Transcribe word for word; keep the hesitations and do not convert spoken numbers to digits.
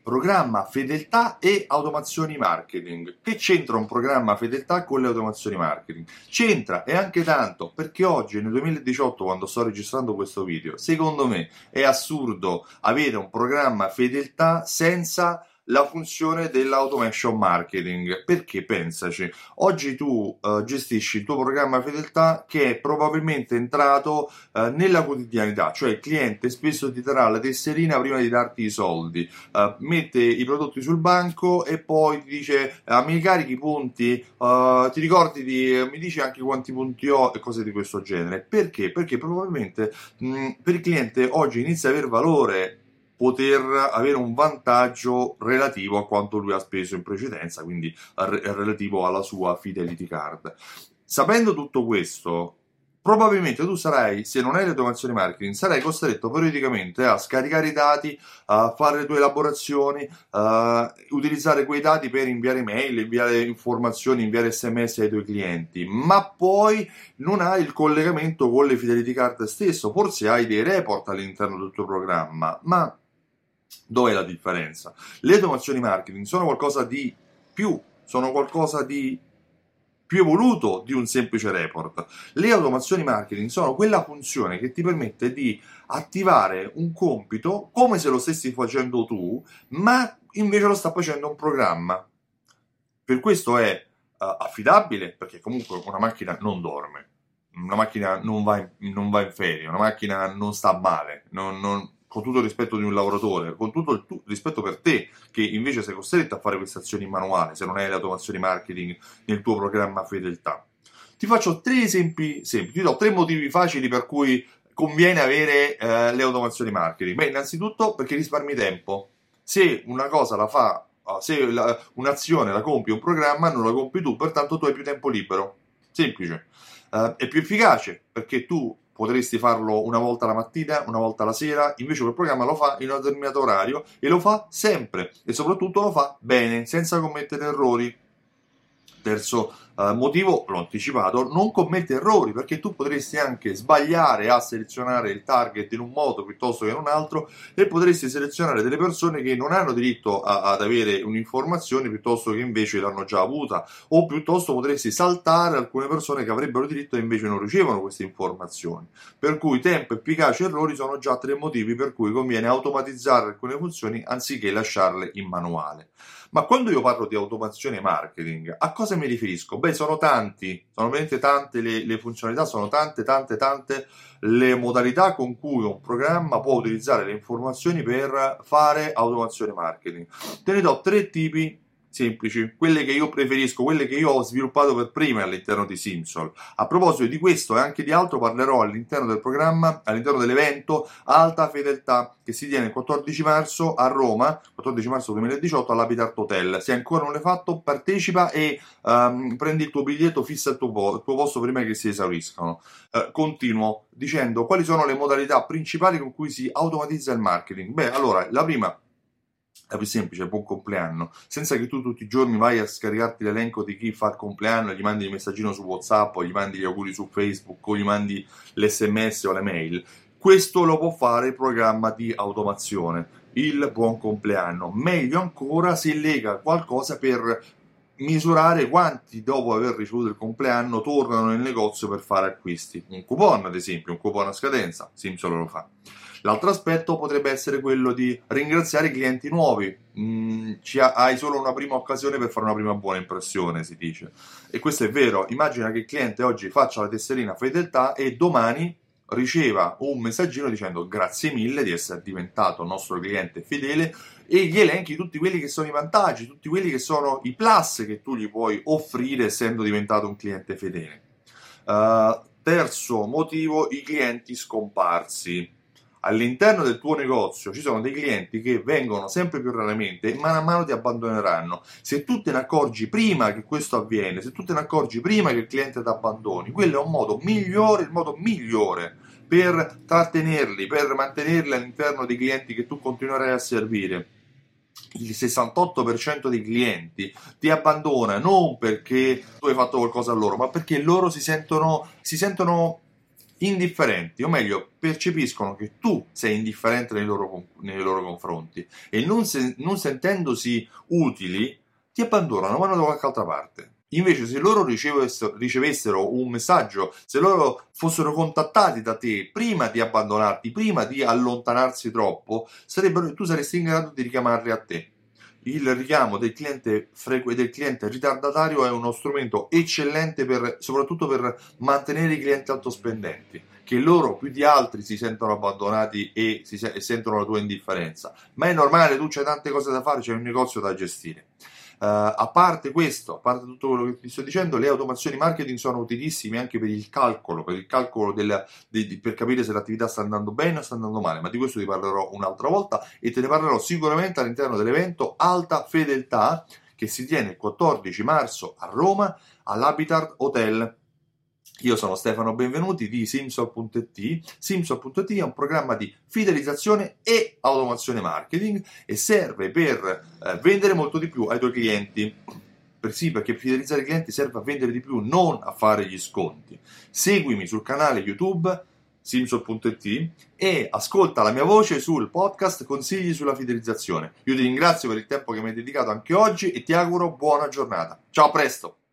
Programma fedeltà e automazioni marketing. Che c'entra un programma fedeltà con le automazioni marketing? C'entra, e anche tanto, perché oggi nel duemiladiciotto, quando sto registrando questo video, secondo me è assurdo avere un programma fedeltà senza la funzione dell'automation marketing. Perché pensaci, oggi tu uh, gestisci il tuo programma fedeltà che è probabilmente entrato uh, nella quotidianità, cioè il cliente spesso ti darà la tesserina prima di darti i soldi, uh, mette i prodotti sul banco e poi ti dice uh, mi carichi i punti, uh, ti ricordi di, uh, mi dici anche quanti punti ho e cose di questo genere. Perché? Perché probabilmente mh, per il cliente oggi inizia a aver valore poter avere un vantaggio relativo a quanto lui ha speso in precedenza, quindi relativo alla sua fidelity card. Sapendo tutto questo, probabilmente tu sarai, se non hai le automazioni marketing, sarai costretto periodicamente a scaricare i dati, a fare le tue elaborazioni, a utilizzare quei dati per inviare mail, inviare informazioni, inviare sms ai tuoi clienti, ma poi non hai il collegamento con le fidelity card stesso. Forse hai dei report all'interno del tuo programma, ma dov'è la differenza? Le automazioni marketing sono qualcosa di più, sono qualcosa di più evoluto di un semplice report. Le automazioni marketing sono quella funzione che ti permette di attivare un compito come se lo stessi facendo tu, ma invece lo sta facendo un programma. Per questo è uh, affidabile, perché comunque una macchina non dorme, una macchina non va in, non va in ferie, una macchina non sta male, non, non, con tutto il rispetto di un lavoratore, con tutto il tu, rispetto per te, che invece sei costretto a fare queste azioni manuali, se non hai le automazioni marketing nel tuo programma fedeltà. Ti faccio tre esempi semplici, ti do tre motivi facili per cui conviene avere eh, le automazioni marketing. Beh, innanzitutto perché risparmi tempo. Se una cosa la fa, se la, un'azione la compi un programma, non la compi tu, pertanto tu hai più tempo libero. Semplice. Uh, è più efficace perché tu potresti farlo una volta la mattina, una volta la sera, invece quel programma lo fa in un determinato orario e lo fa sempre e soprattutto lo fa bene, senza commettere errori. Terzo uh, motivo, l'ho anticipato, non commette errori, perché tu potresti anche sbagliare a selezionare il target in un modo piuttosto che in un altro e potresti selezionare delle persone che non hanno diritto a, ad avere un'informazione piuttosto che invece l'hanno già avuta, o piuttosto potresti saltare alcune persone che avrebbero diritto e invece non ricevono queste informazioni. Per cui tempo, efficacia e errori sono già tre motivi per cui conviene automatizzare alcune funzioni anziché lasciarle in manuale. Ma quando io parlo di automazione marketing, a cosa mi riferisco? Beh, sono tanti, sono veramente tante le, le funzionalità, sono tante, tante, tante le modalità con cui un programma può utilizzare le informazioni per fare automazione marketing. Te ne do tre tipi semplici, quelle che io preferisco, quelle che io ho sviluppato per prime all'interno di Simsol. A proposito di questo e anche di altro parlerò all'interno del programma, all'interno dell'evento Alta Fedeltà che si tiene il quattordici marzo a Roma, quattordici marzo duemiladiciotto all'Habitat Hotel. Se ancora non l'hai fatto, partecipa e um, prendi il tuo biglietto, fissa il tuo, po- il tuo posto prima che si esauriscano. Uh, continuo dicendo quali sono le modalità principali con cui si automatizza il marketing. Beh, allora, la prima, la più semplice, buon compleanno, senza che tu tutti i giorni vai a scaricarti l'elenco di chi fa il compleanno, gli mandi il messaggino su WhatsApp o gli mandi gli auguri su Facebook o gli mandi l'esse emme esse o le mail. Questo lo può fare il programma di automazione, il buon compleanno. Meglio ancora se lega qualcosa per misurare quanti dopo aver ricevuto il compleanno tornano nel negozio per fare acquisti. Un coupon, ad esempio, un coupon a scadenza, Simsol lo fa. L'altro aspetto potrebbe essere quello di ringraziare i clienti nuovi. Mm, ci ha, hai solo una prima occasione per fare una prima buona impressione, si dice. E questo è vero. Immagina che il cliente oggi faccia la tesserina fedeltà e domani riceva un messaggino dicendo grazie mille di essere diventato nostro cliente fedele e gli elenchi tutti quelli che sono i vantaggi, tutti quelli che sono i plus che tu gli puoi offrire essendo diventato un cliente fedele. Uh, terzo motivo, i clienti scomparsi. All'interno del tuo negozio ci sono dei clienti che vengono sempre più raramente e mano a mano ti abbandoneranno. Se tu te ne accorgi prima che questo avviene, se tu te ne accorgi prima che il cliente ti abbandoni, quello è un modo migliore, il modo migliore per trattenerli, per mantenerli all'interno dei clienti che tu continuerai a servire. Il sessantotto per cento dei clienti ti abbandona non perché tu hai fatto qualcosa a loro, ma perché loro si sentono, si sentono indifferenti, o meglio, percepiscono che tu sei indifferente nei loro, nei loro confronti e non, se, non sentendosi utili ti abbandonano, vanno da qualche altra parte. Invece se loro ricevessero, ricevessero un messaggio, se loro fossero contattati da te prima di abbandonarti, prima di allontanarsi troppo, sarebbero, tu saresti in grado di richiamarli a te. Il richiamo del cliente, frequ- del cliente ritardatario è uno strumento eccellente per, soprattutto per mantenere i clienti altospendenti, che loro più di altri si sentono abbandonati e, si se- e sentono la tua indifferenza. Ma è normale, tu c'hai tante cose da fare, c'è un negozio da gestire. Uh, a parte questo, a parte tutto quello che ti sto dicendo, le automazioni marketing sono utilissime anche per il calcolo, per il calcolo del, di, di, per capire se l'attività sta andando bene o sta andando male, ma di questo ti parlerò un'altra volta e te ne parlerò sicuramente all'interno dell'evento Alta Fedeltà che si tiene il quattordici marzo a Roma all'Habitat Hotel. Io sono Stefano Benvenuti di Simsol punto it. Simsol punto it è un programma di fidelizzazione e automazione marketing e serve per eh, vendere molto di più ai tuoi clienti. Per sì, perché fidelizzare i clienti serve a vendere di più, non a fare gli sconti. Seguimi sul canale YouTube Simsol punto it e ascolta la mia voce sul podcast Consigli sulla fidelizzazione. Io ti ringrazio per il tempo che mi hai dedicato anche oggi e ti auguro buona giornata. Ciao, a presto!